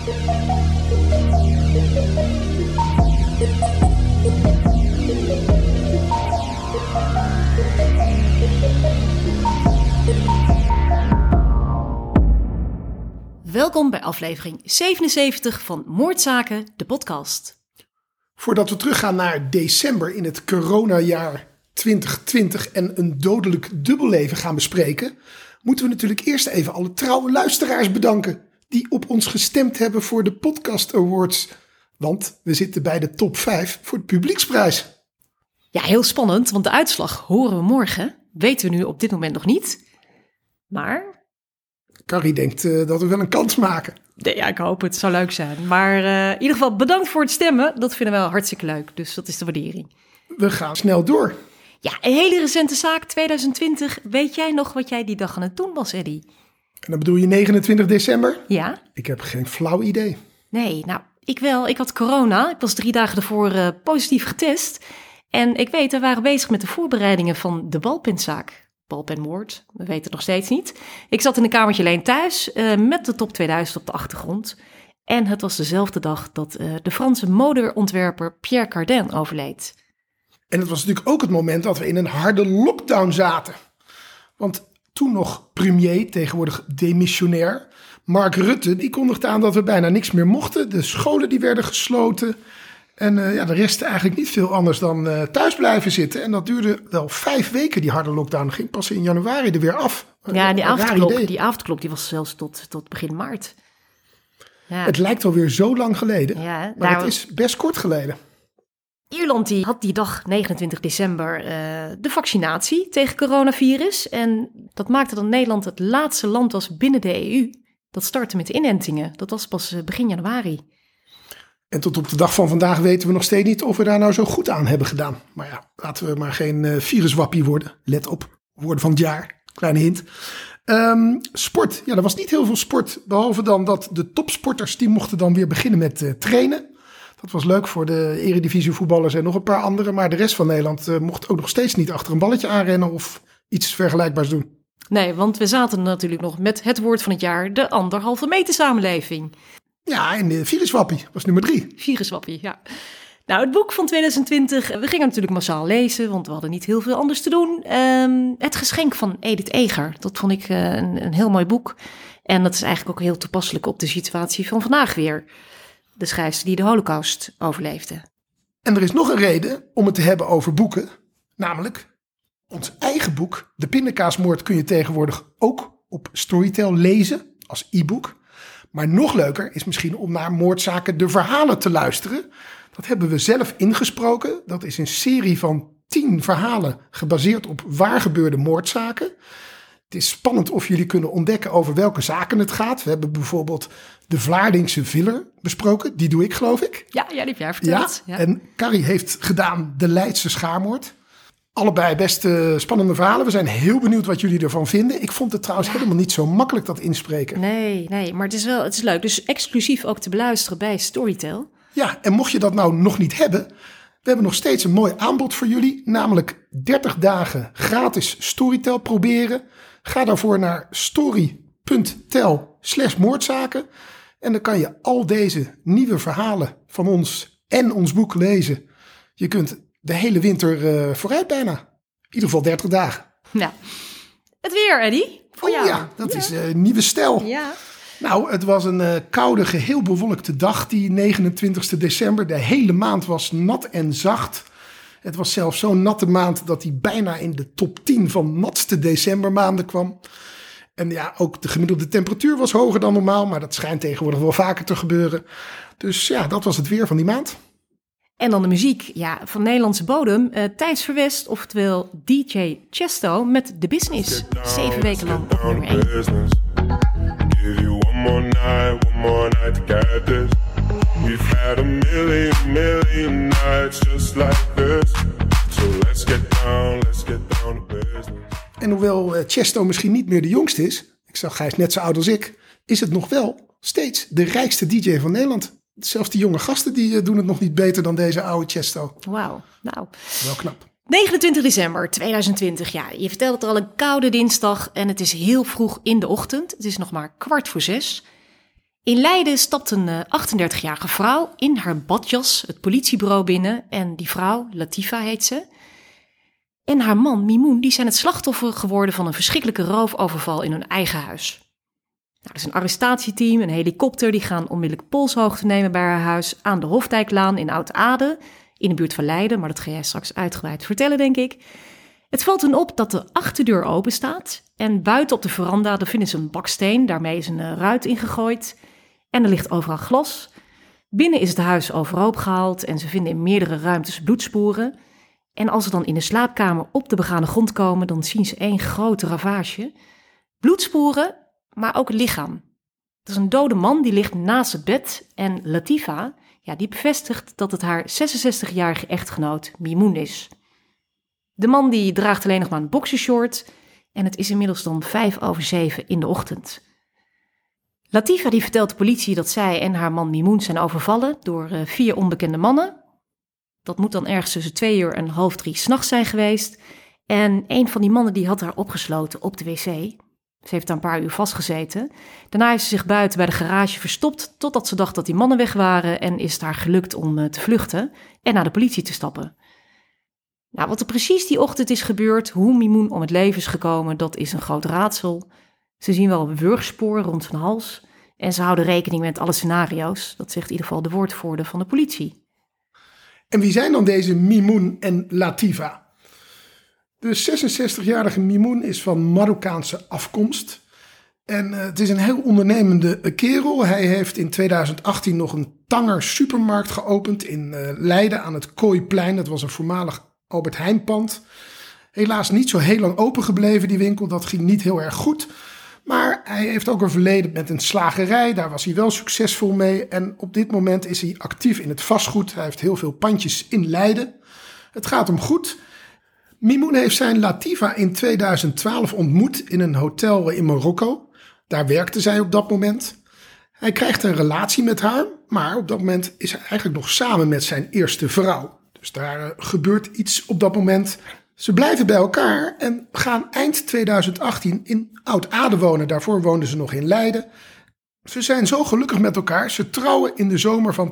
Welkom bij aflevering 77 van Moordzaken, de podcast. Voordat we teruggaan naar december in het coronajaar 2020 en een dodelijk dubbelleven gaan bespreken, moeten we natuurlijk eerst even alle trouwe luisteraars bedanken die op ons gestemd hebben voor de Podcast Awards. Want we zitten bij de top 5 voor de publieksprijs. Ja, heel spannend, want de uitslag horen we morgen. Weten we nu op dit moment nog niet. Maar Carrie denkt dat we wel een kans maken. ja, ik hoop het. Zou leuk zijn. Maar in ieder geval bedankt voor het stemmen. Dat vinden we wel hartstikke leuk. Dus dat is de waardering. We gaan snel door. Ja, een hele recente zaak, 2020. Weet jij nog wat jij die dag aan het doen was, Eddy? En dan bedoel je 29 december? Ja? Ik heb geen flauw idee. Nee, nou, ik wel. Ik had corona. Ik was 3 dagen ervoor positief getest. En ik weet, we waren bezig met de voorbereidingen van de balpenzaak. Balpenmoord, we weten het nog steeds niet. Ik zat in een kamertje alleen thuis met de top 2000 op de achtergrond. En het was dezelfde dag dat de Franse modeontwerper Pierre Cardin overleed. En het was natuurlijk ook het moment dat we in een harde lockdown zaten. Want toen nog premier, tegenwoordig demissionair, Mark Rutte, die kondigde aan dat we bijna niks meer mochten. De scholen die werden gesloten. En de rest eigenlijk niet veel anders dan thuis blijven zitten. En dat duurde wel 5 weken, die harde lockdown. Ging pas in januari er weer af. Ja, die avondklok die was zelfs tot begin maart. Ja. Het lijkt alweer zo lang geleden, Ja, maar het is best kort geleden. Ierland die had die dag, 29 december, de vaccinatie tegen coronavirus. En dat maakte dat Nederland het laatste land was binnen de EU. Dat startte met de inentingen. Dat was pas begin januari. En tot op de dag van vandaag weten we nog steeds niet of we daar nou zo goed aan hebben gedaan. Maar ja, laten we maar geen viruswappie worden. Let op, woorden van het jaar. Kleine hint. Sport. Ja, er was niet heel veel sport. Behalve dan dat de topsporters die mochten dan weer beginnen met trainen. Dat was leuk voor de eredivisie voetballers en nog een paar anderen. Maar de rest van Nederland mocht ook nog steeds niet achter een balletje aanrennen of iets vergelijkbaars doen. Nee, want we zaten natuurlijk nog met het woord van het jaar, de 1,5 meter samenleving. Ja, en de viruswappie was nummer 3. Viruswappie, ja. Nou, het boek van 2020, we gingen natuurlijk massaal lezen, want we hadden niet heel veel anders te doen. Het geschenk van Edith Eger, dat vond ik een heel mooi boek. En dat is eigenlijk ook heel toepasselijk op de situatie van vandaag weer. De schrijfster die de Holocaust overleefde. En er is nog een reden om het te hebben over boeken, namelijk ons eigen boek. De Pindakaasmoord kun je tegenwoordig ook op Storytel lezen als e-book. Maar nog leuker is misschien om naar Moordzaken de verhalen te luisteren. Dat hebben we zelf ingesproken. Dat is een serie van 10 verhalen gebaseerd op waargebeurde moordzaken. Het is spannend of jullie kunnen ontdekken over welke zaken het gaat. We hebben bijvoorbeeld de Vlaardingse Viller besproken. Die doe ik, geloof ik. Ja, die heb jij verteld. Ja. En Carrie heeft gedaan de Leidse Schaarmoord. Allebei best spannende verhalen. We zijn heel benieuwd wat jullie ervan vinden. Ik vond het trouwens helemaal niet zo makkelijk, dat inspreken. Nee, maar het is leuk. Dus exclusief ook te beluisteren bij Storytel. Ja, en mocht je dat nou nog niet hebben, we hebben nog steeds een mooi aanbod voor jullie. Namelijk 30 dagen gratis Storytel proberen. Ga daarvoor naar story.tel/moordzaken. En dan kan je al deze nieuwe verhalen van ons en ons boek lezen. Je kunt de hele winter vooruit bijna. In ieder geval 30 dagen. Ja. Het weer, Eddy. Voor jou. Ja, dat is nieuwe stijl. Ja. Nou, het was een koude, geheel bewolkte dag, die 29 december. De hele maand was nat en zacht. Het was zelfs zo'n natte maand dat hij bijna in de top 10 van natste decembermaanden kwam. En ja, ook de gemiddelde temperatuur was hoger dan normaal, maar dat schijnt tegenwoordig wel vaker te gebeuren. Dus ja, dat was het weer van die maand. En dan de muziek, ja, van Nederlandse bodem. Thijs Verwest, oftewel DJ Chesto met The Business. 7 weken lang op nummer 1. Give you one more night to get this. We've had a million nights just like this. So let's get down to business. En hoewel Chesto misschien niet meer de jongste is, ik zag hij is net zo oud als ik, is het nog wel steeds de rijkste DJ van Nederland. Zelfs die jonge gasten die doen het nog niet beter dan deze oude Chesto. Wauw, nou. Wel knap. 29 december 2020, ja, je vertelt het al, een koude dinsdag en het is heel vroeg in de ochtend. Het is nog maar 5:15. In Leiden stapt een 38-jarige vrouw in haar badjas het politiebureau binnen. En die vrouw, Latifa heet ze, en haar man, Mimoun, die zijn het slachtoffer geworden van een verschrikkelijke roofoverval in hun eigen huis. Nou, er is een arrestatieteam, een helikopter, die gaan onmiddellijk polshoogte nemen bij haar huis aan de Hofdijklaan in Oud-Ade, in de buurt van Leiden, maar dat ga jij straks uitgebreid vertellen, denk ik. Het valt hen op dat de achterdeur open staat en buiten op de veranda daar vinden ze een baksteen, daarmee is een ruit ingegooid en er ligt overal glas. Binnen is het huis overhoop gehaald en ze vinden in meerdere ruimtes bloedsporen. En als ze dan in de slaapkamer op de begane grond komen, dan zien ze één grote ravage. Bloedsporen, maar ook het lichaam. Het is een dode man die ligt naast het bed en Latifa, die bevestigt dat het haar 66-jarige echtgenoot Mimoun is. De man die draagt alleen nog maar een boxershort en het is inmiddels dan 6:05 in de ochtend. Latifa die vertelt de politie dat zij en haar man Mimoun zijn overvallen door 4 onbekende mannen. Dat moet dan ergens tussen 2 uur en 2:30 s'nachts zijn geweest. En een van die mannen die had haar opgesloten op de wc. Ze heeft daar een paar uur vastgezeten. Daarna heeft ze zich buiten bij de garage verstopt totdat ze dacht dat die mannen weg waren en is het haar gelukt om te vluchten en naar de politie te stappen. Nou, wat er precies die ochtend is gebeurd, hoe Mimoun om het leven is gekomen, dat is een groot raadsel. Ze zien wel een wurgspoor rond zijn hals en ze houden rekening met alle scenario's. Dat zegt in ieder geval de woordvoerder van de politie. En wie zijn dan deze Mimoun en Latifa? De 66-jarige Mimoun is van Marokkaanse afkomst. En het is een heel ondernemende kerel. Hij heeft in 2018 nog een Tanger supermarkt geopend in Leiden aan het Kooiplein. Dat was een voormalig Albert Heijn pand. Helaas niet zo heel lang open gebleven die winkel. Dat ging niet heel erg goed. Maar hij heeft ook een verleden met een slagerij. Daar was hij wel succesvol mee. En op dit moment is hij actief in het vastgoed. Hij heeft heel veel pandjes in Leiden. Het gaat hem goed. Mimoun heeft zijn Latifa in 2012 ontmoet in een hotel in Marokko. Daar werkte zij op dat moment. Hij krijgt een relatie met haar. Maar op dat moment is hij eigenlijk nog samen met zijn eerste vrouw. Dus daar gebeurt iets op dat moment. Ze blijven bij elkaar en gaan eind 2018 in Oud-Ade wonen. Daarvoor woonden ze nog in Leiden. Ze zijn zo gelukkig met elkaar. Ze trouwen in de zomer van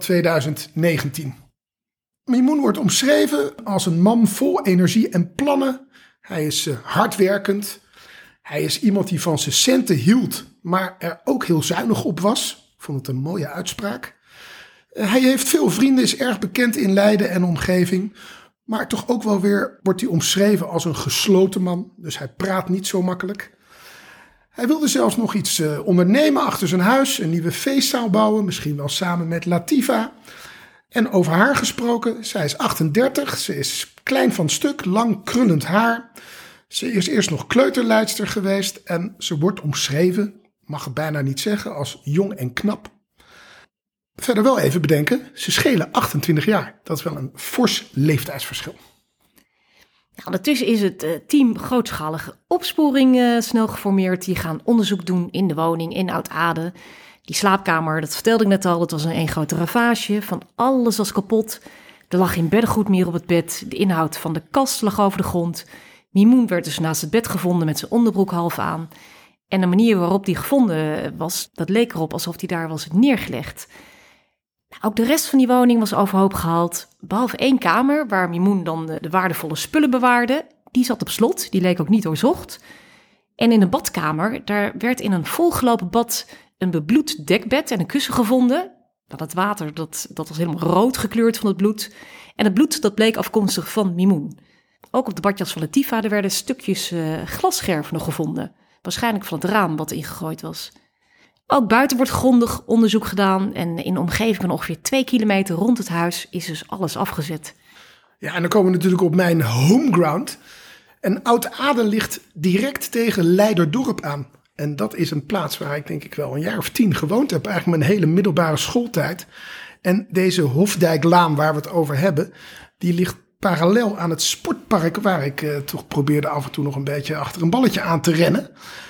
2019. Mimoun wordt omschreven als een man vol energie en plannen. Hij is hardwerkend. Hij is iemand die van zijn centen hield, maar er ook heel zuinig op was. Ik vond het een mooie uitspraak. Hij heeft veel vrienden, is erg bekend in Leiden en omgeving. Maar toch ook wel weer wordt hij omschreven als een gesloten man. Dus hij praat niet zo makkelijk. Hij wilde zelfs nog iets ondernemen achter zijn huis. Een nieuwe feestzaal bouwen, misschien wel samen met Latifa. En over haar gesproken, zij is 38. Ze is klein van stuk, lang krullend haar. Ze is eerst nog kleuterleidster geweest. En ze wordt omschreven, mag het bijna niet zeggen, als jong en knap. Verder wel even bedenken, ze schelen 28 jaar. Dat is wel een fors leeftijdsverschil. Nou, ondertussen is het team grootschalige opsporing snel geformeerd. Die gaan onderzoek doen in de woning in Oud-Ade. Die slaapkamer, dat vertelde ik net al, dat was een grote ravage. Van alles was kapot. Er lag geen beddengoed meer op het bed. De inhoud van de kast lag over de grond. Mimoun werd dus naast het bed gevonden met zijn onderbroek half aan. En de manier waarop die gevonden was, dat leek erop alsof hij daar was neergelegd. Ook de rest van die woning was overhoop gehaald, behalve 1 kamer waar Mimoun dan de waardevolle spullen bewaarde. Die zat op slot, die leek ook niet doorzocht. En in de badkamer, daar werd in een volgelopen bad een bebloed dekbed en een kussen gevonden. Dat water, dat was helemaal rood gekleurd van het bloed. En het bloed, dat bleek afkomstig van Mimoun. Ook op de badjas van Latifa, er werden stukjes glasscherf nog gevonden. Waarschijnlijk van het raam wat ingegooid was. Ook buiten wordt grondig onderzoek gedaan en in de omgeving van ongeveer 2 kilometer rond het huis is dus alles afgezet. Ja, en dan komen we natuurlijk op mijn homeground. En Oud-Ade ligt direct tegen Leiderdorp aan. En dat is een plaats waar ik denk ik wel een jaar of 10 gewoond heb. Eigenlijk mijn hele middelbare schooltijd. En deze Hofdijklaan waar we het over hebben, die ligt parallel aan het sportpark waar ik toch probeerde af en toe nog een beetje achter een balletje aan te rennen.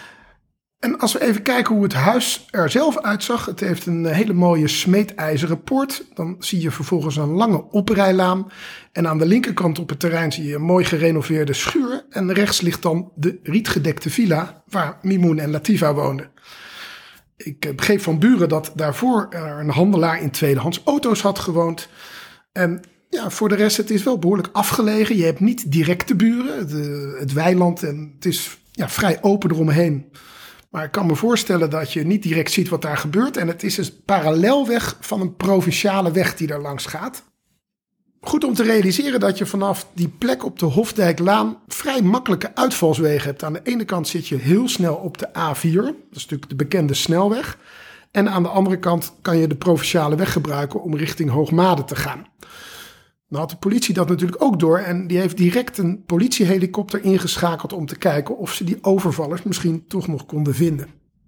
En als we even kijken hoe het huis er zelf uitzag. Het heeft een hele mooie smeedijzeren poort. Dan zie je vervolgens een lange oprijlaan. En aan de linkerkant op het terrein zie je een mooi gerenoveerde schuur. En rechts ligt dan de rietgedekte villa waar Mimoun en Latifa woonden. Ik begreep van buren dat daarvoor er een handelaar in tweedehands auto's had gewoond. En ja, voor de rest, het is wel behoorlijk afgelegen. Je hebt niet directe buren, het weiland en het is vrij open eromheen. Maar ik kan me voorstellen dat je niet direct ziet wat daar gebeurt. En het is een parallelweg van een provinciale weg die daar langs gaat. Goed om te realiseren dat je vanaf die plek op de Hofdijklaan vrij makkelijke uitvalswegen hebt. Aan de ene kant zit je heel snel op de A4, dat is natuurlijk de bekende snelweg. En aan de andere kant kan je de provinciale weg gebruiken om richting Hoogmade te gaan. Dan had de politie dat natuurlijk ook door en die heeft direct een politiehelikopter ingeschakeld om te kijken of ze die overvallers misschien toch nog konden vinden.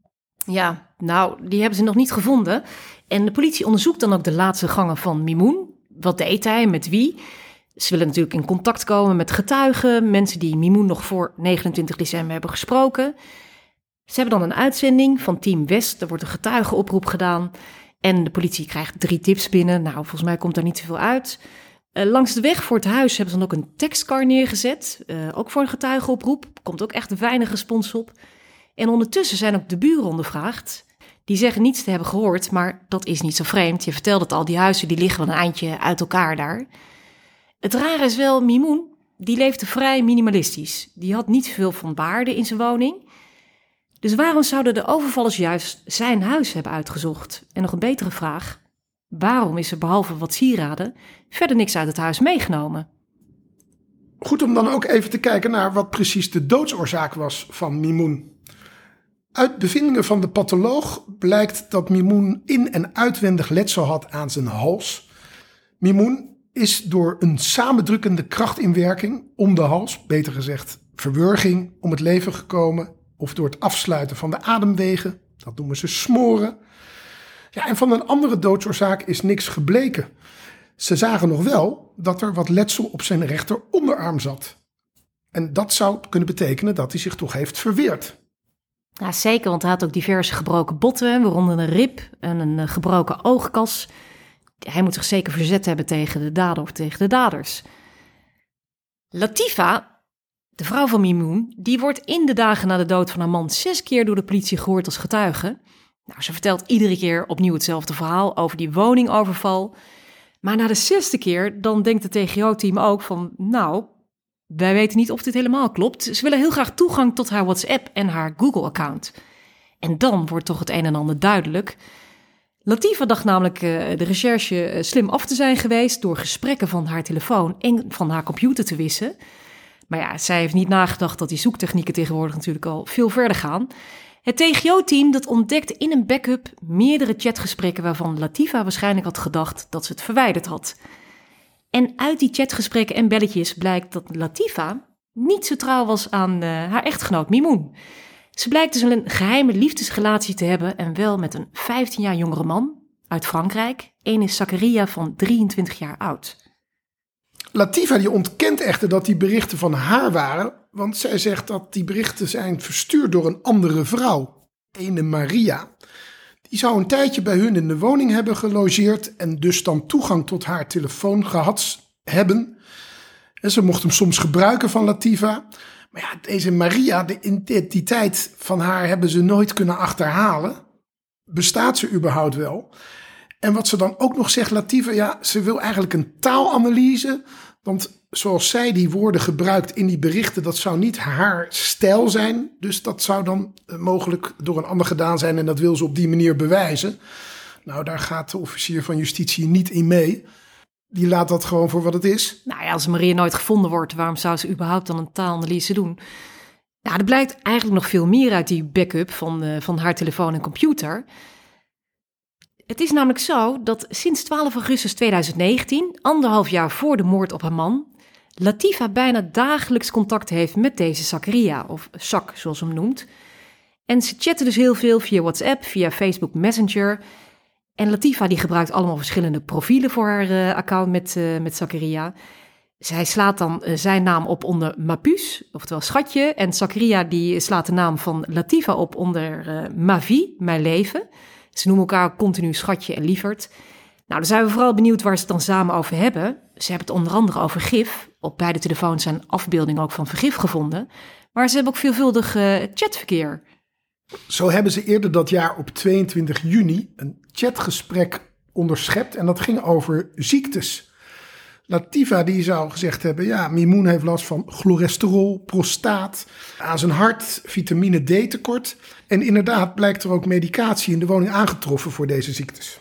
Ja, nou, die hebben ze nog niet gevonden. En de politie onderzoekt dan ook de laatste gangen van Mimoen. Wat deed hij, met wie? Ze willen natuurlijk in contact komen met getuigen, mensen die Mimoen nog voor 29 december hebben gesproken. Ze hebben dan een uitzending van Team West, er wordt een getuigenoproep gedaan. En de politie krijgt 3 tips binnen. Nou, volgens mij komt daar niet zoveel uit. Langs de weg voor het huis hebben ze dan ook een tekstcar neergezet. Ook voor een getuigenoproep. Komt ook echt weinig respons op. En ondertussen zijn ook de buren ondervraagd. Die zeggen niets te hebben gehoord, maar dat is niet zo vreemd. Je vertelde het al, die huizen die liggen wel een eindje uit elkaar daar. Het rare is wel, Mimoen, die leefde vrij minimalistisch. Die had niet veel van waarde in zijn woning. Dus waarom zouden de overvallers juist zijn huis hebben uitgezocht? En nog een betere vraag, waarom is er behalve wat sieraden verder niks uit het huis meegenomen? Goed om dan ook even te kijken naar wat precies de doodsoorzaak was van Mimoen. Uit bevindingen van de patholoog blijkt dat Mimoen in- en uitwendig letsel had aan zijn hals. Mimoen is door een samendrukkende krachtinwerking om de hals, beter gezegd verwurging, om het leven gekomen. Of door het afsluiten van de ademwegen, dat noemen ze smoren. Ja, en van een andere doodsoorzaak is niks gebleken. Ze zagen nog wel dat er wat letsel op zijn rechteronderarm zat. En dat zou kunnen betekenen dat hij zich toch heeft verweerd. Ja, zeker, want hij had ook diverse gebroken botten, waaronder een rib en een gebroken oogkas. Hij moet zich zeker verzet hebben tegen de dader of tegen de daders. Latifa, de vrouw van Mimoen, die wordt in de dagen na de dood van haar man 6 keer door de politie gehoord als getuige. Nou, ze vertelt iedere keer opnieuw hetzelfde verhaal over die woningoverval. Maar na de 6e keer, dan denkt het TGO-team ook van, nou, wij weten niet of dit helemaal klopt. Ze willen heel graag toegang tot haar WhatsApp en haar Google-account. En dan wordt toch het een en ander duidelijk. Latifa dacht namelijk de recherche slim af te zijn geweest door gesprekken van haar telefoon en van haar computer te wissen. Maar ja, zij heeft niet nagedacht dat die zoektechnieken tegenwoordig natuurlijk al veel verder gaan. Het TGO-team dat ontdekte in een backup meerdere chatgesprekken waarvan Latifa waarschijnlijk had gedacht dat ze het verwijderd had. En uit die chatgesprekken en belletjes blijkt dat Latifa niet zo trouw was aan haar echtgenoot Mimoen. Ze blijkt dus een geheime liefdesrelatie te hebben en wel met een 15 jaar jongere man uit Frankrijk. Eén is Zakaria van 23 jaar oud. Latifa die ontkent echter dat die berichten van haar waren, want zij zegt dat die berichten zijn verstuurd door een andere vrouw, ene Maria. Die zou een tijdje bij hun in de woning hebben gelogeerd en dus dan toegang tot haar telefoon gehad hebben. En ze mocht hem soms gebruiken van Latifa. Maar ja, deze Maria, de identiteit van haar hebben ze nooit kunnen achterhalen. Bestaat ze überhaupt wel? En wat ze dan ook nog zegt, Latifa, ja, ze wil eigenlijk een taalanalyse. Want zoals zij die woorden gebruikt in die berichten, dat zou niet haar stijl zijn. Dus dat zou dan mogelijk door een ander gedaan zijn en dat wil ze op die manier bewijzen. Nou, daar gaat de officier van justitie niet in mee. Die laat dat gewoon voor wat het is. Nou ja, als Maria nooit gevonden wordt, waarom zou ze überhaupt dan een taalanalyse doen? Nou, er blijkt eigenlijk nog veel meer uit die backup van haar telefoon en computer. Het is namelijk zo dat sinds 12 augustus 2019, 1,5 jaar voor de moord op haar man, Latifa bijna dagelijks contact heeft met deze Zakaria, of Zak zoals ze hem noemt. En ze chatten dus heel veel via WhatsApp, via Facebook Messenger. En Latifa die gebruikt allemaal verschillende profielen voor haar account met Zakaria. Zij slaat dan zijn naam op onder Mapus, oftewel schatje. En Zakaria die slaat de naam van Latifa op onder Ma vie, mijn leven. Ze noemen elkaar continu schatje en lieverd. Nou, dan zijn we vooral benieuwd waar ze het dan samen over hebben. Ze hebben het onder andere over gif. Op beide telefoons zijn afbeeldingen ook van vergif gevonden. Maar ze hebben ook veelvuldig chatverkeer. Zo hebben ze eerder dat jaar op 22 juni een chatgesprek onderschept en dat ging over ziektes. Latifa die zou gezegd hebben, ja, Mimoen heeft last van cholesterol, prostaat, aan zijn hart, vitamine D tekort. En inderdaad blijkt er ook medicatie in de woning aangetroffen voor deze ziektes.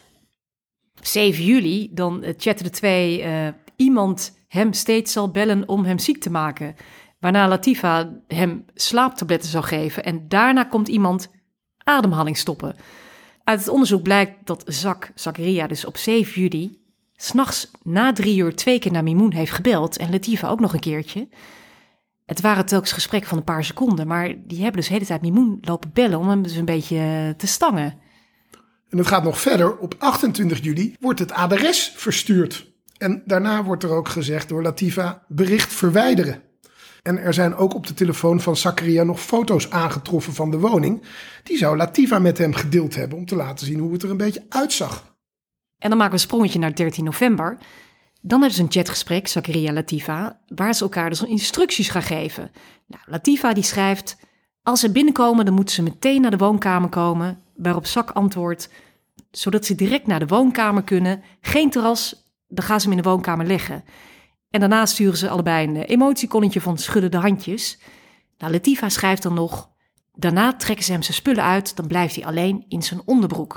7 juli, dan chatten de twee, iemand hem steeds zal bellen om hem ziek te maken. Waarna Latifa hem slaaptabletten zou geven en daarna komt iemand ademhaling stoppen. Uit het onderzoek blijkt dat Zakaria dus op 7 juli... 's nachts na 3 uur 2 keer naar Mimoen heeft gebeld en Latifa ook nog een keertje. Het waren telkens gesprekken van een paar seconden, maar die hebben dus de hele tijd Mimoen lopen bellen om hem dus een beetje te stangen. En het gaat nog verder. Op 28 juli wordt het adres verstuurd. En daarna wordt er ook gezegd door Latifa bericht verwijderen. En er zijn ook op de telefoon van Zakaria nog foto's aangetroffen van de woning. Die zou Latifa met hem gedeeld hebben om te laten zien hoe het er een beetje uitzag. En dan maken we een sprongetje naar 13 november. Dan hebben ze een chatgesprek, Zakaria en Latifa, waar ze elkaar dus instructies gaan geven. Nou, Latifa die schrijft, als ze binnenkomen dan moeten ze meteen naar de woonkamer komen, waarop Zak antwoordt, zodat ze direct naar de woonkamer kunnen. Geen terras, dan gaan ze hem in de woonkamer leggen. En daarna sturen ze allebei een emotiekonnetje van schuddende handjes. Nou, Latifa schrijft dan nog, daarna trekken ze hem zijn spullen uit, dan blijft hij alleen in zijn onderbroek.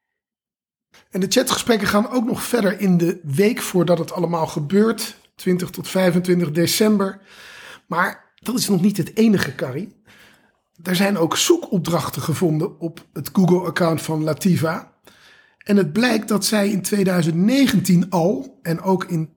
En de chatgesprekken gaan ook nog verder in de week voordat het allemaal gebeurt. 20 tot 25 december. Maar dat is nog niet het enige, Carrie. Er zijn ook zoekopdrachten gevonden op het Google-account van Latifa. En het blijkt dat zij in 2019 al en ook in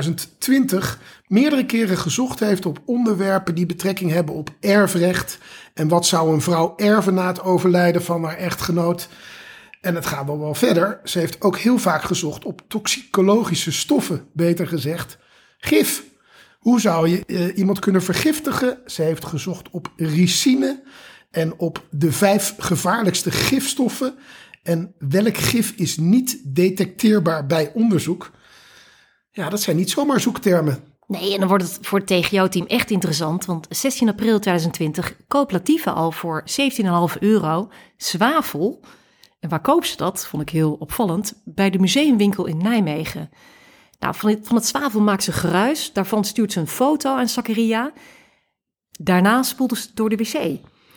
2020 meerdere keren gezocht heeft op onderwerpen die betrekking hebben op erfrecht. En wat zou een vrouw erven na het overlijden van haar echtgenoot? En het gaat wel verder. Ze heeft ook heel vaak gezocht op toxicologische stoffen, beter gezegd gif. Hoe zou je iemand kunnen vergiftigen? Ze heeft gezocht op ricine en op de 5 gevaarlijkste gifstoffen. En welk gif is niet detecteerbaar bij onderzoek? Ja, dat zijn niet zomaar zoektermen. Nee, en dan wordt het voor het TGO-team echt interessant, want 16 april 2020 koopt Latifa al voor €17,5 zwavel. En waar koopt ze dat? Vond ik heel opvallend. Bij de museumwinkel in Nijmegen. Nou, van het zwavel maakt ze geruis. Daarvan stuurt ze een foto aan Zakaria. Daarna spoelt ze door de wc.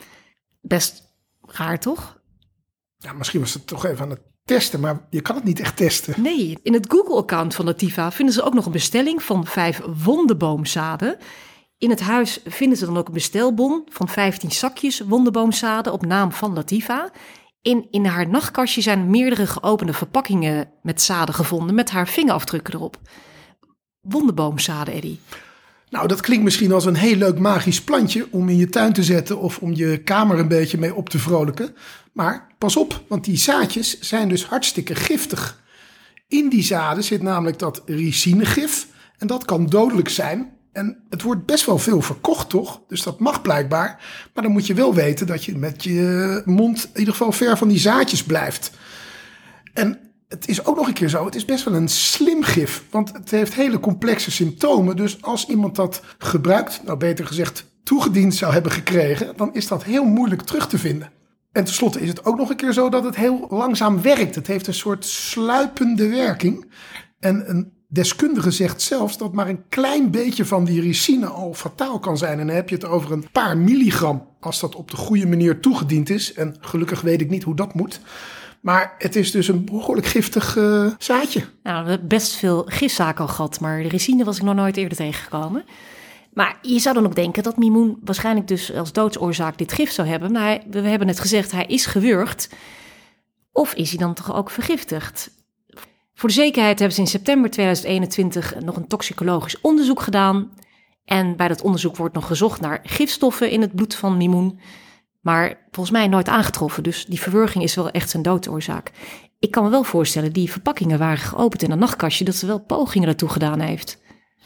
Best raar, toch? Ja, misschien was het toch even aan het testen, maar je kan het niet echt testen. Nee, in het Google-account van Latifa vinden ze ook nog een bestelling van 5 wonderboomzaden. In het huis vinden ze dan ook een bestelbon van 15 zakjes wonderboomzaden op naam van Latifa. In haar nachtkastje zijn meerdere geopende verpakkingen met zaden gevonden met haar vingerafdrukken erop. Wonderboomzaden, Eddie. Nou, dat klinkt misschien als een heel leuk magisch plantje om in je tuin te zetten of om je kamer een beetje mee op te vrolijken. Maar pas op, want die zaadjes zijn dus hartstikke giftig. In die zaden zit namelijk dat ricinegif en dat kan dodelijk zijn. En het wordt best wel veel verkocht, toch? Dus dat mag blijkbaar. Maar dan moet je wel weten dat je met je mond in ieder geval ver van die zaadjes blijft. En het is ook nog een keer zo, het is best wel een slim gif. Want het heeft hele complexe symptomen. Dus als iemand dat gebruikt, nou beter gezegd toegediend zou hebben gekregen, dan is dat heel moeilijk terug te vinden. En tenslotte is het ook nog een keer zo dat het heel langzaam werkt. Het heeft een soort sluipende werking. En een deskundige zegt zelfs dat maar een klein beetje van die ricine al fataal kan zijn. En dan heb je het over een paar milligram als dat op de goede manier toegediend is. En gelukkig weet ik niet hoe dat moet. Maar het is dus een behoorlijk giftig zaadje. Nou, we hebben best veel gifzaken al gehad, maar de ricine was ik nog nooit eerder tegengekomen. Maar je zou dan ook denken dat Mimoen waarschijnlijk dus als doodsoorzaak dit gif zou hebben. Maar we hebben net gezegd, hij is gewurgd. Of is hij dan toch ook vergiftigd? Voor de zekerheid hebben ze in september 2021 nog een toxicologisch onderzoek gedaan. En bij dat onderzoek wordt nog gezocht naar gifstoffen in het bloed van Mimoen. Maar volgens mij nooit aangetroffen, dus die verwurging is wel echt zijn doodsoorzaak. Ik kan me wel voorstellen, die verpakkingen waren geopend in een nachtkastje, dat ze wel pogingen daartoe gedaan heeft.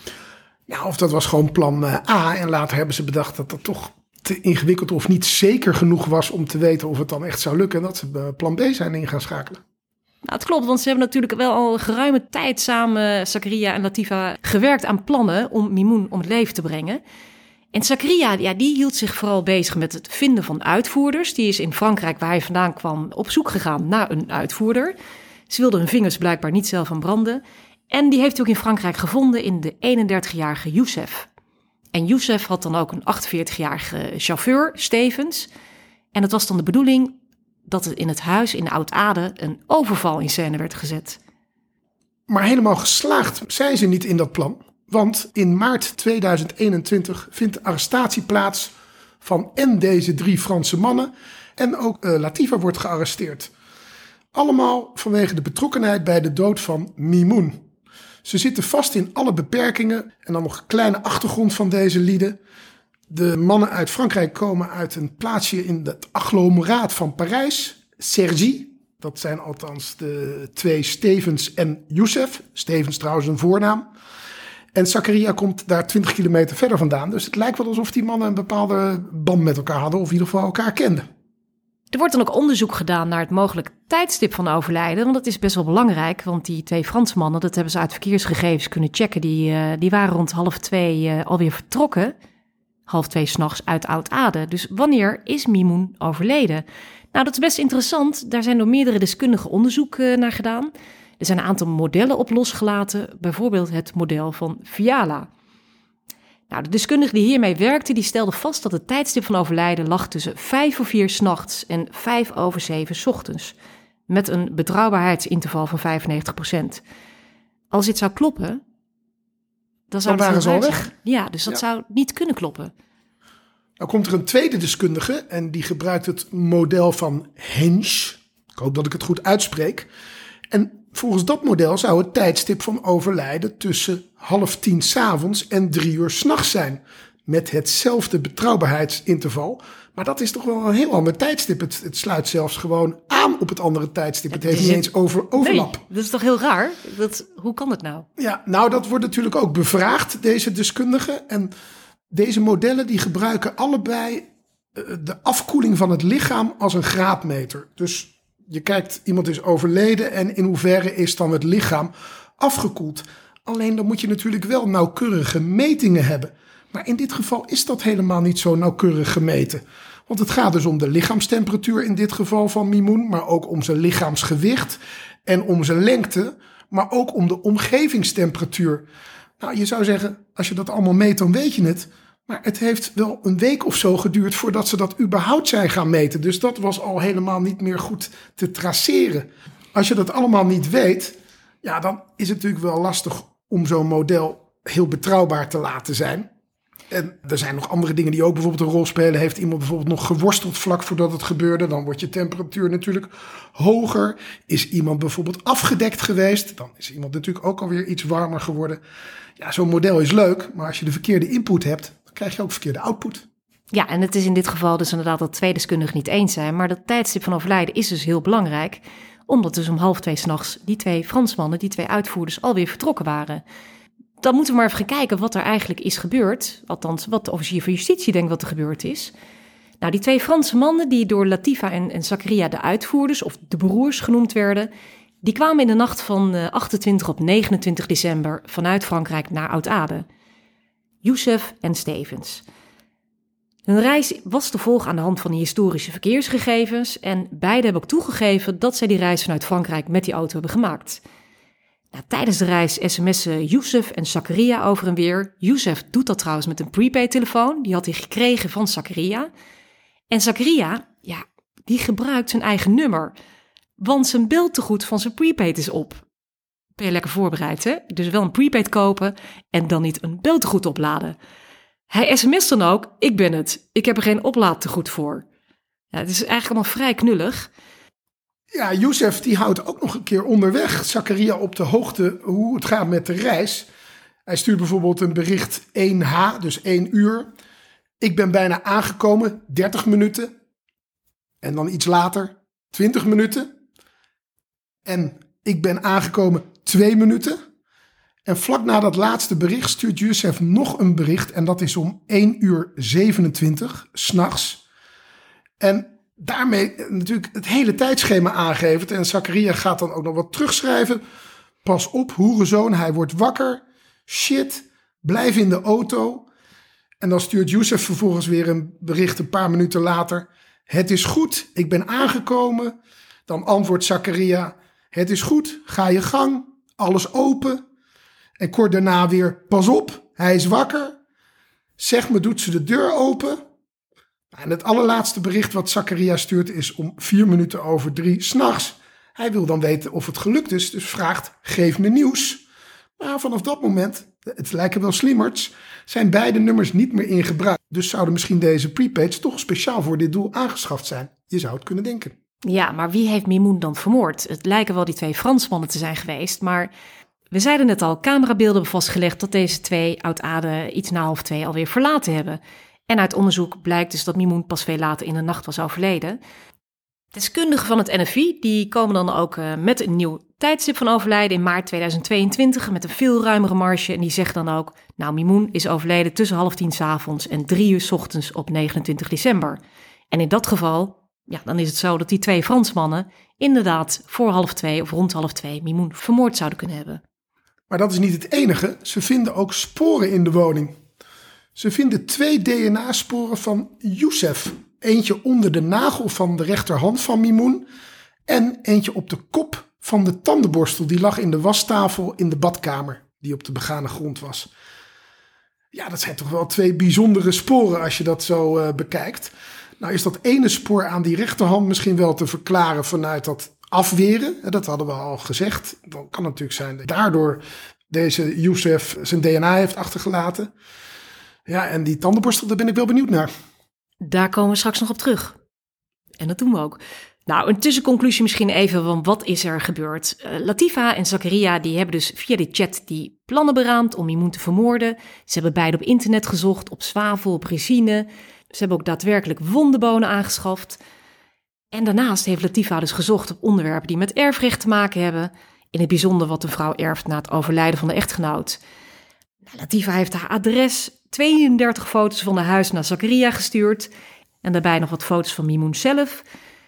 Ja, of dat was gewoon plan A en later hebben ze bedacht dat dat toch te ingewikkeld of niet zeker genoeg was om te weten of het dan echt zou lukken. En dat ze plan B zijn in gaan schakelen. Nou, het klopt, want ze hebben natuurlijk wel al geruime tijd samen, Zakaria en Latifa, gewerkt aan plannen om Mimoen om het leven te brengen. En Zakaria, ja, die hield zich vooral bezig met het vinden van uitvoerders. Die is in Frankrijk, waar hij vandaan kwam, op zoek gegaan naar een uitvoerder. Ze wilde hun vingers blijkbaar niet zelf aan branden. En die heeft hij ook in Frankrijk gevonden in de 31-jarige Youssef. En Youssef had dan ook een 48-jarige chauffeur, Stevens. En het was dan de bedoeling dat er in het huis in Oud-Ade een overval in scène werd gezet. Maar helemaal geslaagd zijn ze niet in dat plan. Want in maart 2021 vindt de arrestatie plaats van en deze 3 Franse mannen. En ook Latifa wordt gearresteerd. Allemaal vanwege de betrokkenheid bij de dood van Mimoun. Ze zitten vast in alle beperkingen. En dan nog een kleine achtergrond van deze lieden. De mannen uit Frankrijk komen uit een plaatsje in het agglomeraat van Parijs. Cergy. Dat zijn althans de 2 Stevens en Youssef. Stevens trouwens een voornaam. En Zakaria komt daar 20 kilometer verder vandaan. Dus het lijkt wel alsof die mannen een bepaalde band met elkaar hadden. Of in ieder geval elkaar kenden. Er wordt dan ook onderzoek gedaan naar het mogelijk tijdstip van overlijden. Want dat is best wel belangrijk. Want die 2 Franse mannen, dat hebben ze uit verkeersgegevens kunnen checken. Die waren rond 1:30 alweer vertrokken. 1:30 s'nachts uit Oud-Ade. Dus wanneer is Mimoun overleden? Nou, dat is best interessant. Daar zijn door meerdere deskundigen onderzoek naar gedaan. Er zijn een aantal modellen op losgelaten. Bijvoorbeeld het model van Fiala. Nou, de deskundige die hiermee werkte, die stelde vast dat het tijdstip van overlijden lag tussen 5:04 's nachts en 6:05 's ochtends. Met een betrouwbaarheidsinterval van 95%. Als dit zou kloppen, dan zou Dan waren het ze al heel weg. zijn. Ja, dus dat zou niet kunnen kloppen. Nou komt er een tweede deskundige en die gebruikt het model van Hensch. Ik hoop dat ik het goed uitspreek. En volgens dat model zou het tijdstip van overlijden tussen 9:30 s'avonds en 3:00 's nachts zijn. Met hetzelfde betrouwbaarheidsinterval. Maar dat is toch wel een heel ander tijdstip. Het sluit zelfs gewoon aan op het andere tijdstip. Het heeft niet eens overlap. Nee, dat is toch heel raar? Hoe kan het nou? Ja, nou dat wordt natuurlijk ook bevraagd, deze deskundigen. En deze modellen die gebruiken allebei de afkoeling van het lichaam als een graadmeter. Dus je kijkt, iemand is overleden en in hoeverre is dan het lichaam afgekoeld. Alleen dan moet je natuurlijk wel nauwkeurige metingen hebben. Maar in dit geval is dat helemaal niet zo nauwkeurig gemeten. Want het gaat dus om de lichaamstemperatuur in dit geval van Mimoun, maar ook om zijn lichaamsgewicht en om zijn lengte, maar ook om de omgevingstemperatuur. Nou, je zou zeggen, als je dat allemaal meet, dan weet je het. Maar het heeft wel een week of zo geduurd voordat ze dat überhaupt zijn gaan meten. Dus dat was al helemaal niet meer goed te traceren. Als je dat allemaal niet weet, ja, dan is het natuurlijk wel lastig om zo'n model heel betrouwbaar te laten zijn. En er zijn nog andere dingen die ook bijvoorbeeld een rol spelen. Heeft iemand bijvoorbeeld nog geworsteld vlak voordat het gebeurde? Dan wordt je temperatuur natuurlijk hoger. Is iemand bijvoorbeeld afgedekt geweest? Dan is iemand natuurlijk ook alweer iets warmer geworden. Ja, zo'n model is leuk, maar als je de verkeerde input hebt, dan krijg je ook verkeerde output. Ja, en het is in dit geval dus inderdaad dat 2 deskundigen niet eens zijn. Maar dat tijdstip van overlijden is dus heel belangrijk. Omdat dus om 1:30 's nachts die 2 Fransmannen, die 2 uitvoerders, alweer vertrokken waren. Dan moeten we maar even gaan kijken wat er eigenlijk is gebeurd. Althans, wat de officier van justitie denkt wat er gebeurd is. Nou, die 2 Franse mannen die door Latifa en Zakaria de uitvoerders, of de broers genoemd werden, die kwamen in de nacht van 28 op 29 december vanuit Frankrijk naar Oud-Ade. Youssef en Stevens. Hun reis was te volgen aan de hand van de historische verkeersgegevens en beide hebben ook toegegeven dat zij die reis vanuit Frankrijk met die auto hebben gemaakt. Nou, tijdens de reis sms'en Youssef en Zakaria over en weer. Youssef doet dat trouwens met een prepaid-telefoon. Die had hij gekregen van Zakaria. En Zakaria, ja, die gebruikt zijn eigen nummer. Want zijn beltegoed van zijn prepaid is op. Ben je lekker voorbereid, hè? Dus wel een prepaid kopen en dan niet een beltegoed opladen. Hij sms't dan ook, ik ben het. Ik heb er geen oplaadtegoed voor. Ja, het is eigenlijk allemaal vrij knullig. Ja, Youssef die houdt ook nog een keer onderweg Zakaria op de hoogte hoe het gaat met de reis. Hij stuurt bijvoorbeeld een bericht 1H, dus 1 uur. Ik ben bijna aangekomen, 30 minuten. En dan iets later, 20 minuten. En ik ben aangekomen 2 minuten. En vlak na dat laatste bericht stuurt Youssef nog een bericht. En dat is om 1 uur 27 s'nachts. En daarmee natuurlijk het hele tijdschema aangeven. En Zakaria gaat dan ook nog wat terugschrijven. Pas op, hoerenzoon, hij wordt wakker. Shit, blijf in de auto. En dan stuurt Youssef vervolgens weer een bericht een paar minuten later. Het is goed, ik ben aangekomen. Dan antwoordt Zakaria, het is goed, ga je gang, alles open. En kort daarna weer, pas op, hij is wakker. Zeg me, doet ze de deur open? En het allerlaatste bericht wat Zakaria stuurt is om 3:04 s'nachts. Hij wil dan weten of het gelukt is, dus vraagt, geef me nieuws. Maar vanaf dat moment, het lijken wel slimmerts, zijn beide nummers niet meer in gebruik. Dus zouden misschien deze prepaids toch speciaal voor dit doel aangeschaft zijn. Je zou het kunnen denken. Ja, maar wie heeft Mimoun dan vermoord? Het lijken wel die 2 Fransmannen te zijn geweest, maar we zeiden net al, camerabeelden hebben vastgelegd dat deze 2 oud-aden iets na 1:30 alweer verlaten hebben. En uit onderzoek blijkt dus dat Mimoun pas veel later in de nacht was overleden. Deskundigen van het NFI die komen dan ook met een nieuw tijdstip van overlijden in maart 2022 met een veel ruimere marge. En die zegt dan ook, nou Mimoun is overleden tussen 9:30 's avonds en 3:00 's ochtends op 29 december. En in dat geval, ja, dan is het zo dat die 2 Fransmannen inderdaad voor 1:30 of rond 1:30 Mimoun vermoord zouden kunnen hebben. Maar dat is niet het enige. Ze vinden ook sporen in de woning. Ze vinden 2 DNA-sporen van Youssef. Eentje onder de nagel van de rechterhand van Mimoun en eentje op de kop van de tandenborstel. Die lag in de wastafel in de badkamer, die op de begane grond was. Ja, dat zijn toch wel 2 bijzondere sporen als je dat zo bekijkt. Nou is dat ene spoor aan die rechterhand misschien wel te verklaren vanuit dat afweren. Dat hadden we al gezegd. Dan kan het natuurlijk zijn dat daardoor deze Youssef zijn DNA heeft achtergelaten. Ja, en die tandenborstel, daar ben ik wel benieuwd naar. Daar komen we straks nog op terug. En dat doen we ook. Nou, een tussenconclusie misschien even van wat is er gebeurd. Latifa en Zakaria die hebben dus via de chat die plannen beraamd om Mimoun te vermoorden. Ze hebben beide op internet gezocht, op zwavel, op resine. Ze hebben ook daadwerkelijk wonderbonen aangeschaft. En daarnaast heeft Latifa dus gezocht op onderwerpen die met erfrecht te maken hebben. In het bijzonder wat een vrouw erft na het overlijden van de echtgenoot. Nou, Latifa heeft haar adres, 32 foto's van haar huis naar Zakaria gestuurd. En daarbij nog wat foto's van Mimoun zelf.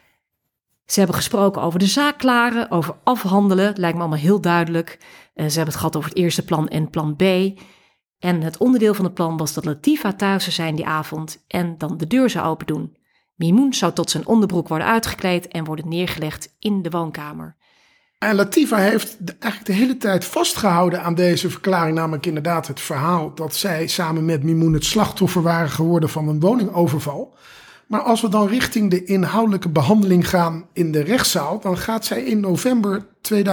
Ze hebben gesproken over de zaak klaren, over afhandelen. Lijkt me allemaal heel duidelijk. Ze hebben het gehad over het eerste plan en plan B. En het onderdeel van het plan was dat Latifa thuis zou zijn die avond en dan de deur zou open doen. Mimoun zou tot zijn onderbroek worden uitgekleed en worden neergelegd in de woonkamer. En Latifa heeft eigenlijk de hele tijd vastgehouden aan deze verklaring. Namelijk inderdaad het verhaal dat zij samen met Mimoun het slachtoffer waren geworden van een woningoverval. Maar als we dan richting de inhoudelijke behandeling gaan in de rechtszaal, dan gaat zij in november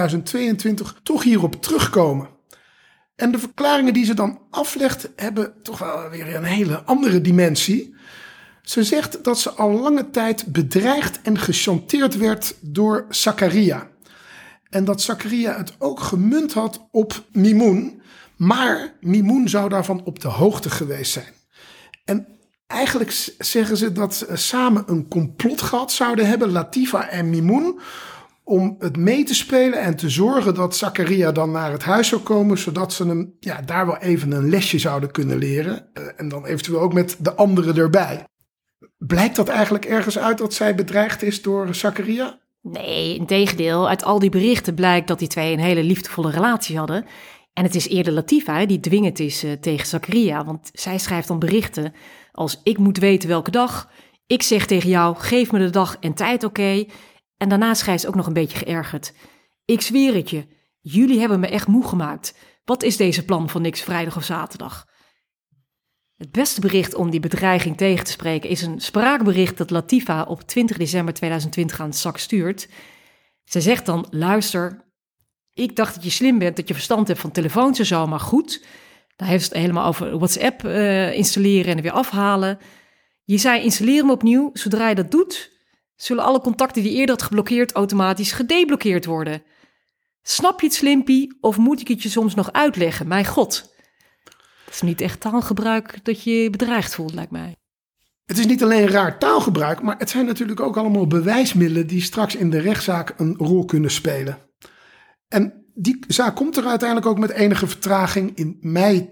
2022 toch hierop terugkomen. En de verklaringen die ze dan aflegt hebben toch wel weer een hele andere dimensie. Ze zegt dat ze al lange tijd bedreigd en gechanteerd werd door Zakaria. En dat Zakaria het ook gemunt had op Mimoun. Maar Mimoun zou daarvan op de hoogte geweest zijn. En eigenlijk zeggen ze dat ze samen een complot gehad zouden hebben, Latifa en Mimoun, om het mee te spelen en te zorgen dat Zakaria dan naar het huis zou komen, zodat ze hem daar wel even een lesje zouden kunnen leren. En dan eventueel ook met de anderen erbij. Blijkt dat eigenlijk ergens uit dat zij bedreigd is door Zakaria? Nee, integendeel. Uit al die berichten blijkt dat die 2 een hele liefdevolle relatie hadden. En het is eerder Latifa die dwingend is tegen Zakaria. Want zij schrijft dan berichten als ik moet weten welke dag. Ik zeg tegen jou, geef me de dag en tijd oké. En daarna schrijft ze ook nog een beetje geërgerd. Ik zweer het je, jullie hebben me echt moe gemaakt. Wat is deze plan van niks vrijdag of zaterdag? Het beste bericht om die bedreiging tegen te spreken is een spraakbericht dat Latifa op 20 december 2020 aan Zak stuurt. Ze zegt dan, luister, ik dacht dat je slim bent, dat je verstand hebt van telefoons en zo, maar goed. Dan heeft ze het helemaal over WhatsApp installeren en weer afhalen. Je zei, installeer hem opnieuw. Zodra je dat doet, zullen alle contacten die eerder had geblokkeerd automatisch gedeblokkeerd worden. Snap je het, slimpie, of moet ik het je soms nog uitleggen? Mijn god. Het is niet echt taalgebruik dat je je bedreigd voelt, lijkt mij. Het is niet alleen raar taalgebruik, maar het zijn natuurlijk ook allemaal bewijsmiddelen die straks in de rechtszaak een rol kunnen spelen. En die zaak komt er uiteindelijk ook met enige vertraging in mei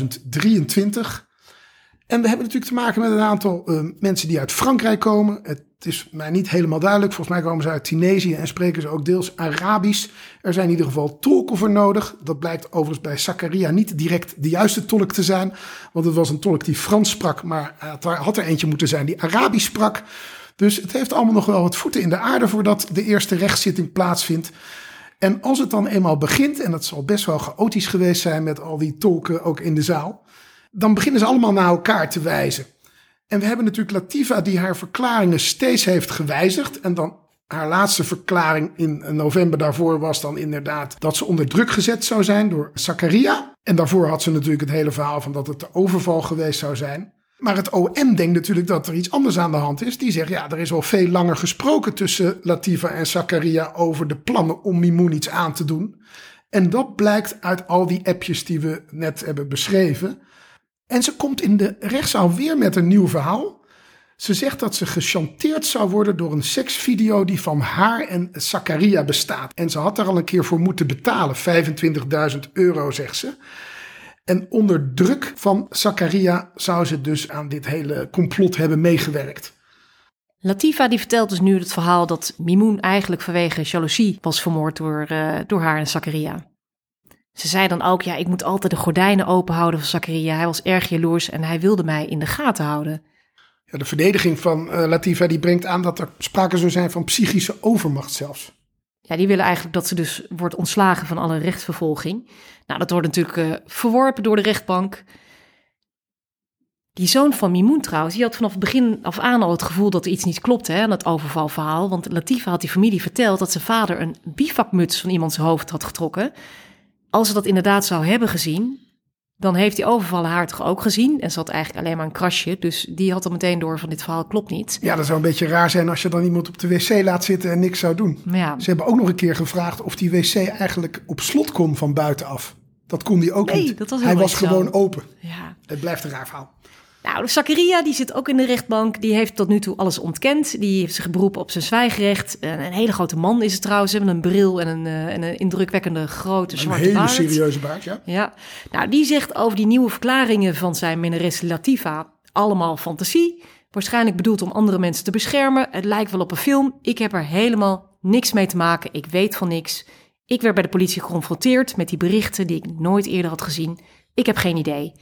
2023. En we hebben natuurlijk te maken met een aantal mensen die uit Frankrijk komen. Het Het is mij niet helemaal duidelijk. Volgens mij komen ze uit Tunesië en spreken ze ook deels Arabisch. Er zijn in ieder geval tolken voor nodig. Dat blijkt overigens bij Zakaria niet direct de juiste tolk te zijn. Want het was een tolk die Frans sprak, maar had er eentje moeten zijn die Arabisch sprak. Dus het heeft allemaal nog wel wat voeten in de aarde voordat de eerste rechtszitting plaatsvindt. En als het dan eenmaal begint, en dat zal best wel chaotisch geweest zijn met al die tolken ook in de zaal, dan beginnen ze allemaal naar elkaar te wijzen. En we hebben natuurlijk Latifa die haar verklaringen steeds heeft gewijzigd. En dan haar laatste verklaring in november daarvoor was dan inderdaad dat ze onder druk gezet zou zijn door Zakaria. En daarvoor had ze natuurlijk het hele verhaal van dat het de overval geweest zou zijn. Maar het OM denkt natuurlijk dat er iets anders aan de hand is. Die zegt, ja, er is al veel langer gesproken tussen Latifa en Zakaria over de plannen om Mimoun iets aan te doen. En dat blijkt uit al die appjes die we net hebben beschreven. En ze komt in de rechtszaal weer met een nieuw verhaal. Ze zegt dat ze gechanteerd zou worden door een seksvideo die van haar en Zakaria bestaat. En ze had daar al een keer voor moeten betalen, €25.000, zegt ze. En onder druk van Zakaria zou ze dus aan dit hele complot hebben meegewerkt. Latifa die vertelt dus nu het verhaal dat Mimoun eigenlijk vanwege jaloezie was vermoord door haar en Zakaria. Ze zei dan ook, ja, ik moet altijd de gordijnen open houden van Zakaria. Hij was erg jaloers en hij wilde mij in de gaten houden. Ja, de verdediging van Latifa die brengt aan dat er sprake zou zijn van psychische overmacht zelfs. Ja, die willen eigenlijk dat ze dus wordt ontslagen van alle rechtsvervolging. Nou, dat wordt natuurlijk verworpen door de rechtbank. Die zoon van Mimoun trouwens, die had vanaf het begin af aan al het gevoel dat er iets niet klopte aan het overvalverhaal. Want Latifa had die familie verteld dat zijn vader een bivakmuts van iemands hoofd had getrokken. Als ze dat inderdaad zou hebben gezien, dan heeft die overvallen haar toch ook gezien. En ze had eigenlijk alleen maar een krasje, dus die had al meteen door van dit verhaal klopt niet. Ja, dat zou een beetje raar zijn als je dan iemand op de wc laat zitten en niks zou doen. Maar ja. Ze hebben ook nog een keer gevraagd of die wc eigenlijk op slot kon van buitenaf. Dat kon die ook niet. Dat was Hij was gewoon open. Ja. Het blijft een raar verhaal. Nou, Zakaria die zit ook in de rechtbank. Die heeft tot nu toe alles ontkend. Die heeft zich beroepen op zijn zwijgrecht. Een hele grote man is het trouwens. Met een bril en een indrukwekkende grote zwarte baard. Een hele serieuze baard, ja. Ja. Nou, die zegt over die nieuwe verklaringen van zijn minnares Latifa. Allemaal fantasie. Waarschijnlijk bedoeld om andere mensen te beschermen. Het lijkt wel op een film. Ik heb er helemaal niks mee te maken. Ik weet van niks. Ik werd bij de politie geconfronteerd met die berichten die ik nooit eerder had gezien. Ik heb geen idee.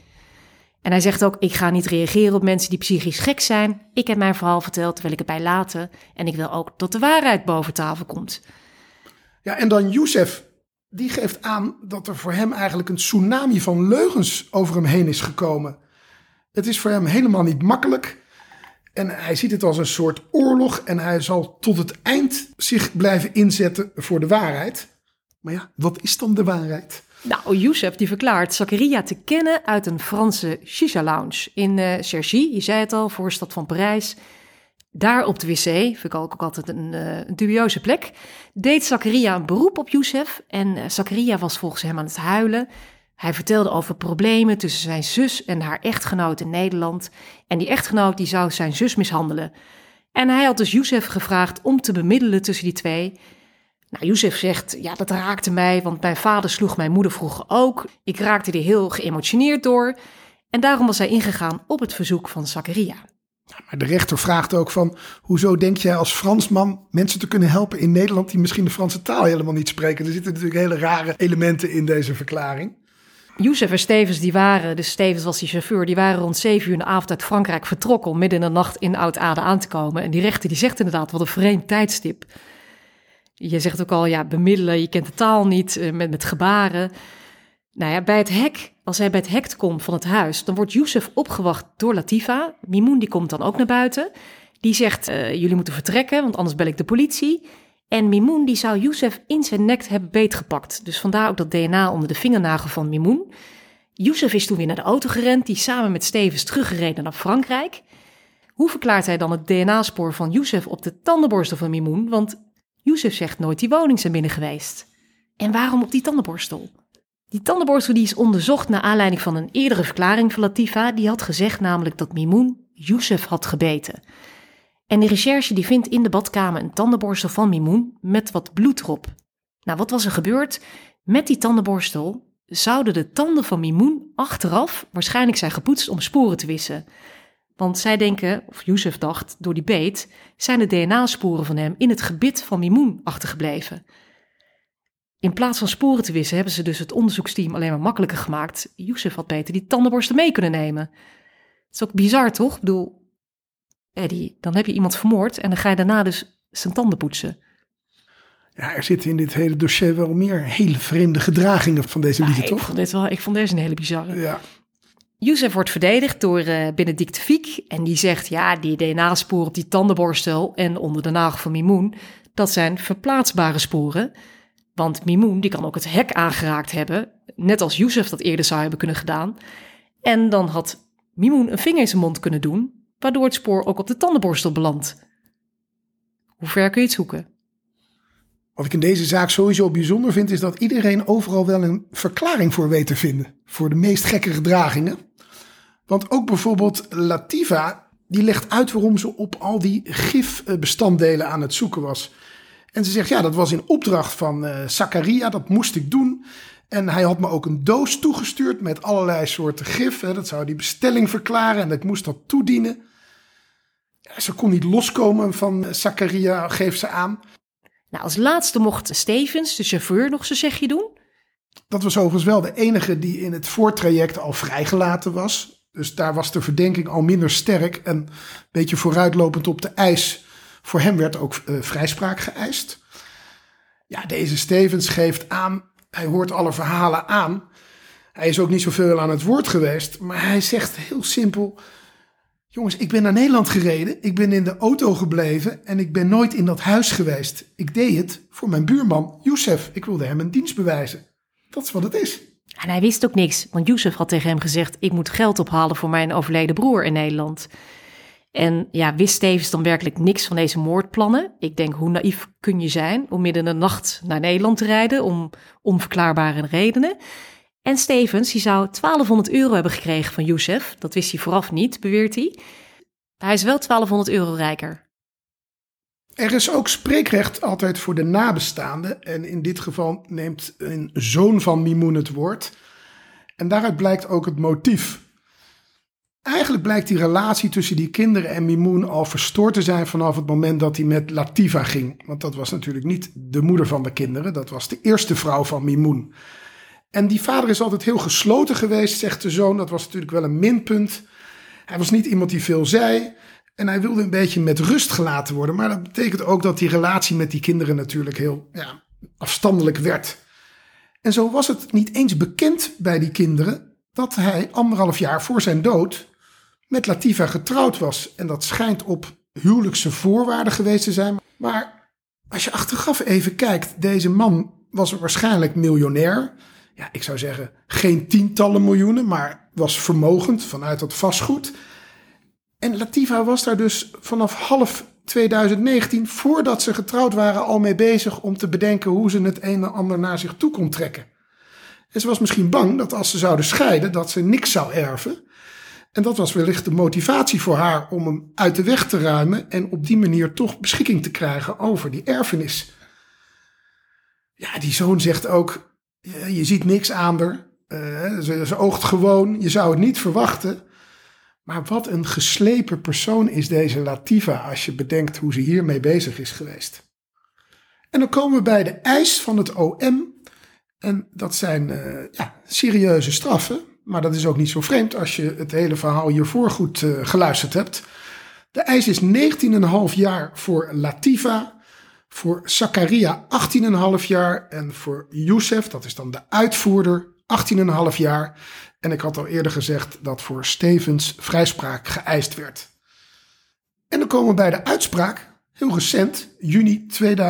En hij zegt ook, ik ga niet reageren op mensen die psychisch gek zijn. Ik heb mijn verhaal verteld, terwijl ik het bij laten. En ik wil ook dat de waarheid boven tafel komt. Ja, en dan Youssef, die geeft aan dat er voor hem eigenlijk een tsunami van leugens over hem heen is gekomen. Het is voor hem helemaal niet makkelijk. En hij ziet het als een soort oorlog. En hij zal tot het eind zich blijven inzetten voor de waarheid. Maar ja, wat is dan de waarheid? Nou, Youssef die verklaart Zakaria te kennen uit een Franse shisha-lounge in Cergy. Je zei het al, voorstad van Parijs. Daar op de wc, vind ik ook altijd een dubieuze plek, deed Zakaria een beroep op Youssef. En Zakaria was volgens hem aan het huilen. Hij vertelde over problemen tussen zijn zus en haar echtgenoot in Nederland. En die echtgenoot die zou zijn zus mishandelen. En hij had dus Youssef gevraagd om te bemiddelen tussen die twee. Nou, Youssef zegt, ja, dat raakte mij, want mijn vader sloeg mijn moeder vroeger ook. Ik raakte er heel geëmotioneerd door. En daarom was hij ingegaan op het verzoek van Zakaria. Maar de rechter vraagt ook van, hoezo denk jij als Fransman mensen te kunnen helpen in Nederland die misschien de Franse taal helemaal niet spreken? Er zitten natuurlijk hele rare elementen in deze verklaring. Youssef en Stevens, dus Stevens was die chauffeur, die waren rond 7 uur in de avond uit Frankrijk vertrokken om midden in de nacht in Oud-Aarde aan te komen. En die rechter die zegt inderdaad, wat een vreemd tijdstip. Je zegt ook al, ja, bemiddelen, je kent de taal niet, met gebaren. Nou ja, als hij bij het hek komt van het huis, dan wordt Youssef opgewacht door Latifa. Mimoun die komt dan ook naar buiten. Die zegt, jullie moeten vertrekken, want anders bel ik de politie. En Mimoun die zou Youssef in zijn nek hebben beetgepakt. Dus vandaar ook dat DNA onder de vingernagel van Mimoun. Youssef is toen weer naar de auto gerend, die samen met Stevens teruggereden naar Frankrijk. Hoe verklaart hij dan het DNA-spoor van Youssef op de tandenborstel van Mimoun? Want Youssef zegt nooit die woning zijn binnen geweest. En waarom op die tandenborstel? Die tandenborstel die is onderzocht naar aanleiding van een eerdere verklaring van Latifa. Die had gezegd namelijk dat Mimoun Youssef had gebeten. En de recherche die vindt in de badkamer een tandenborstel van Mimoun met wat bloed erop. Nou, wat was er gebeurd? Met die tandenborstel zouden de tanden van Mimoun achteraf waarschijnlijk zijn gepoetst om sporen te wissen. Want zij denken, of Youssef dacht, door die beet zijn de DNA-sporen van hem in het gebit van Mimoen achtergebleven. In plaats van sporen te wissen hebben ze dus het onderzoeksteam alleen maar makkelijker gemaakt. Youssef had beter die tandenborstel mee kunnen nemen. Het is ook bizar, toch? Ik bedoel, Eddie, dan heb je iemand vermoord en dan ga je daarna dus zijn tanden poetsen. Ja, er zitten in dit hele dossier wel meer hele vreemde gedragingen van deze lieden, toch? Ik vond deze een hele bizarre. Ja. Youssef wordt verdedigd door Benedicte Fiek en die zegt, ja, die DNA-sporen op die tandenborstel en onder de nagel van Mimoen, dat zijn verplaatsbare sporen. Want Mimoen, die kan ook het hek aangeraakt hebben, net als Youssef dat eerder zou hebben kunnen gedaan. En dan had Mimoen een vinger in zijn mond kunnen doen, waardoor het spoor ook op de tandenborstel belandt. Hoe ver kun je het zoeken? Wat ik in deze zaak sowieso bijzonder vind, is dat iedereen overal wel een verklaring voor weet te vinden. Voor de meest gekke gedragingen. Want ook bijvoorbeeld Latifa, die legt uit waarom ze op al die gifbestanddelen aan het zoeken was. En ze zegt, ja, dat was in opdracht van Zakaria, dat moest ik doen. En hij had me ook een doos toegestuurd met allerlei soorten gif. Hè. Dat zou die bestelling verklaren en ik moest dat toedienen. Ja, ze kon niet loskomen van Zakaria, geeft ze aan. Nou, als laatste mocht Stevens, de chauffeur, nog zijn zegje doen. Dat was overigens wel de enige die in het voortraject al vrijgelaten was. Dus daar was de verdenking al minder sterk en een beetje vooruitlopend op de eis. Voor hem werd ook vrijspraak geëist. Ja, deze Stevens geeft aan, hij hoort alle verhalen aan. Hij is ook niet zoveel aan het woord geweest, maar hij zegt heel simpel: jongens, ik ben naar Nederland gereden, ik ben in de auto gebleven en ik ben nooit in dat huis geweest. Ik deed het voor mijn buurman Youssef. Ik wilde hem een dienst bewijzen. Dat is wat het is. En hij wist ook niks, want Youssef had tegen hem gezegd, ik moet geld ophalen voor mijn overleden broer in Nederland. En ja, wist Stevens dan werkelijk niks van deze moordplannen? Ik denk, hoe naïef kun je zijn om midden in de nacht naar Nederland te rijden om onverklaarbare redenen? En Stevens, die zou €1200 hebben gekregen van Youssef. Dat wist hij vooraf niet, beweert hij. Hij is wel €1200 rijker. Er is ook spreekrecht altijd voor de nabestaanden. En in dit geval neemt een zoon van Mimoen het woord. En daaruit blijkt ook het motief. Eigenlijk blijkt die relatie tussen die kinderen en Mimoen al verstoord te zijn vanaf het moment dat hij met Latifa ging. Want dat was natuurlijk niet de moeder van de kinderen. Dat was de eerste vrouw van Mimoen. En die vader is altijd heel gesloten geweest, zegt de zoon. Dat was natuurlijk wel een minpunt. Hij was niet iemand die veel zei. En hij wilde een beetje met rust gelaten worden. Maar dat betekent ook dat die relatie met die kinderen natuurlijk heel afstandelijk werd. En zo was het niet eens bekend bij die kinderen dat hij 1,5 jaar voor zijn dood met Latifa getrouwd was. En dat schijnt op huwelijkse voorwaarden geweest te zijn. Maar als je achteraf even kijkt, deze man was waarschijnlijk miljonair. Ja, ik zou zeggen geen tientallen miljoenen, maar was vermogend vanuit dat vastgoed. En Latifa was daar dus vanaf half 2019, voordat ze getrouwd waren, al mee bezig om te bedenken hoe ze het een en ander naar zich toe kon trekken. En ze was misschien bang dat als ze zouden scheiden, dat ze niks zou erven. En dat was wellicht de motivatie voor haar om hem uit de weg te ruimen en op die manier toch beschikking te krijgen over die erfenis. Ja, die zoon zegt ook, je ziet niks aan haar. Ze oogt gewoon, je zou het niet verwachten. Maar wat een geslepen persoon is deze Latifa als je bedenkt hoe ze hiermee bezig is geweest. En dan komen we bij de eis van het OM. En dat zijn serieuze straffen. Maar dat is ook niet zo vreemd als je het hele verhaal hiervoor goed geluisterd hebt. De eis is 19,5 jaar voor Latifa. Voor Zakaria 18,5 jaar. En voor Youssef, dat is dan de uitvoerder, 18,5 jaar. En ik had al eerder gezegd dat voor Stevens vrijspraak geëist werd. En dan komen we bij de uitspraak, heel recent, juni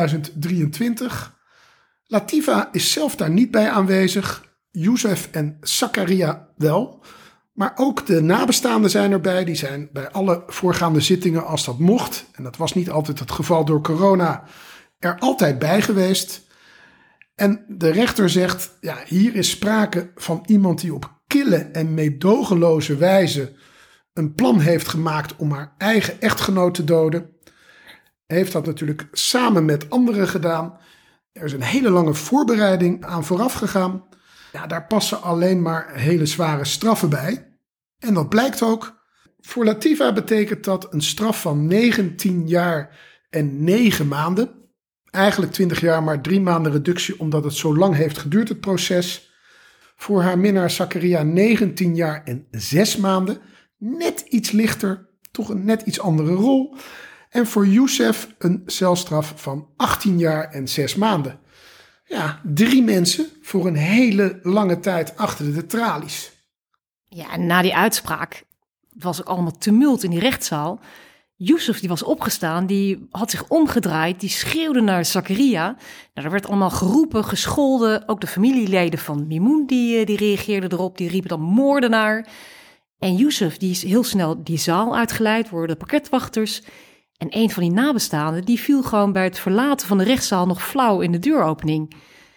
2023. Latifa is zelf daar niet bij aanwezig. Youssef en Zakaria wel. Maar ook de nabestaanden zijn erbij. Die zijn bij alle voorgaande zittingen, als dat mocht, en dat was niet altijd het geval door corona, er altijd bij geweest. En de rechter zegt, ja, hier is sprake van iemand die op kille en meedogenloze wijze een plan heeft gemaakt om haar eigen echtgenoot te doden. Heeft dat natuurlijk samen met anderen gedaan. Er is een hele lange voorbereiding aan vooraf gegaan. Ja, daar passen alleen maar hele zware straffen bij. En dat blijkt ook. Voor Latifa betekent dat een straf van 19 jaar en 9 maanden. Eigenlijk 20 jaar, maar 3 maanden reductie omdat het zo lang heeft geduurd, het proces. Voor haar minnaar Zakaria 19 jaar en 6 maanden. Net iets lichter, toch een net iets andere rol. En voor Youssef een celstraf van 18 jaar en 6 maanden. Ja, 3 mensen voor een hele lange tijd achter de tralies. Ja, en na die uitspraak was ook allemaal tumult in die rechtszaal. Youssef die was opgestaan, die had zich omgedraaid, die schreeuwde naar Zakaria. Nou, er werd allemaal geroepen, gescholden. Ook de familieleden van Mimoun die reageerden erop, die riepen dan moordenaar. En Youssef die is heel snel die zaal uitgeleid door de parketwachters. En een van die nabestaanden die viel gewoon bij het verlaten van de rechtszaal nog flauw in de deuropening.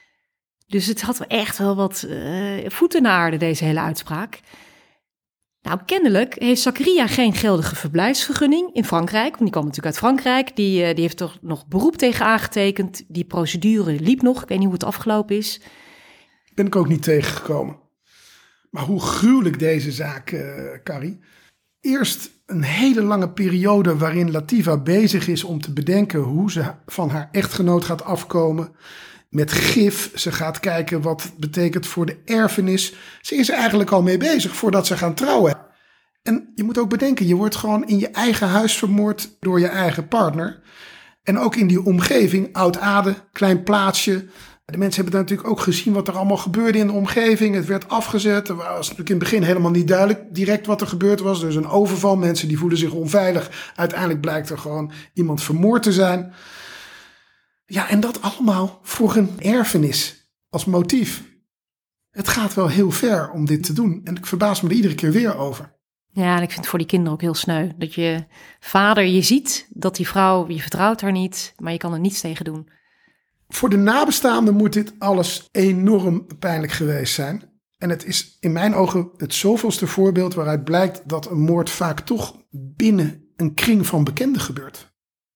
Dus het had echt wel wat voeten in de aarde, deze hele uitspraak. Nou, kennelijk heeft Zakaria geen geldige verblijfsvergunning in Frankrijk. Want die kwam natuurlijk uit Frankrijk. Die heeft toch nog beroep tegen aangetekend. Die procedure liep nog. Ik weet niet hoe het afgelopen is. Ben ik ook niet tegengekomen. Maar hoe gruwelijk deze zaak, Carrie. Eerst een hele lange periode waarin Latifa bezig is om te bedenken hoe ze van haar echtgenoot gaat afkomen. Met gif, ze gaat kijken wat het betekent voor de erfenis. Ze is er eigenlijk al mee bezig voordat ze gaan trouwen. En je moet ook bedenken, je wordt gewoon in je eigen huis vermoord door je eigen partner. En ook in die omgeving, Oud-Aarde, klein plaatsje. De mensen hebben natuurlijk ook gezien wat er allemaal gebeurde in de omgeving. Het werd afgezet. Er was natuurlijk in het begin helemaal niet duidelijk direct wat er gebeurd was. Dus een overval, mensen die voelen zich onveilig. Uiteindelijk blijkt er gewoon iemand vermoord te zijn. Ja, en dat allemaal voor een erfenis als motief. Het gaat wel heel ver om dit te doen. En ik verbaas me er iedere keer weer over. Ja, en ik vind het voor die kinderen ook heel sneu. Dat je vader, je ziet dat die vrouw, je vertrouwt haar niet, maar je kan er niets tegen doen. Voor de nabestaanden moet dit alles enorm pijnlijk geweest zijn. En het is in mijn ogen het zoveelste voorbeeld waaruit blijkt dat een moord vaak toch binnen een kring van bekenden gebeurt.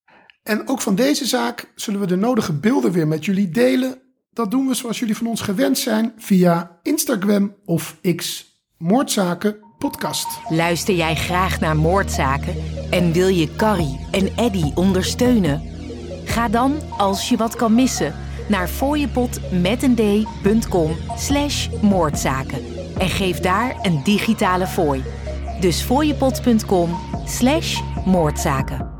En ook van deze zaak zullen we de nodige beelden weer met jullie delen. Dat doen we zoals jullie van ons gewend zijn via Instagram of X Moordzaken Podcast. Luister jij graag naar Moordzaken en wil je Carrie en Eddy ondersteunen? Ga dan, als je wat kan missen, naar fooiepot.com/moordzaken en geef daar een digitale fooi. Dus fooiepot.com/moordzaken.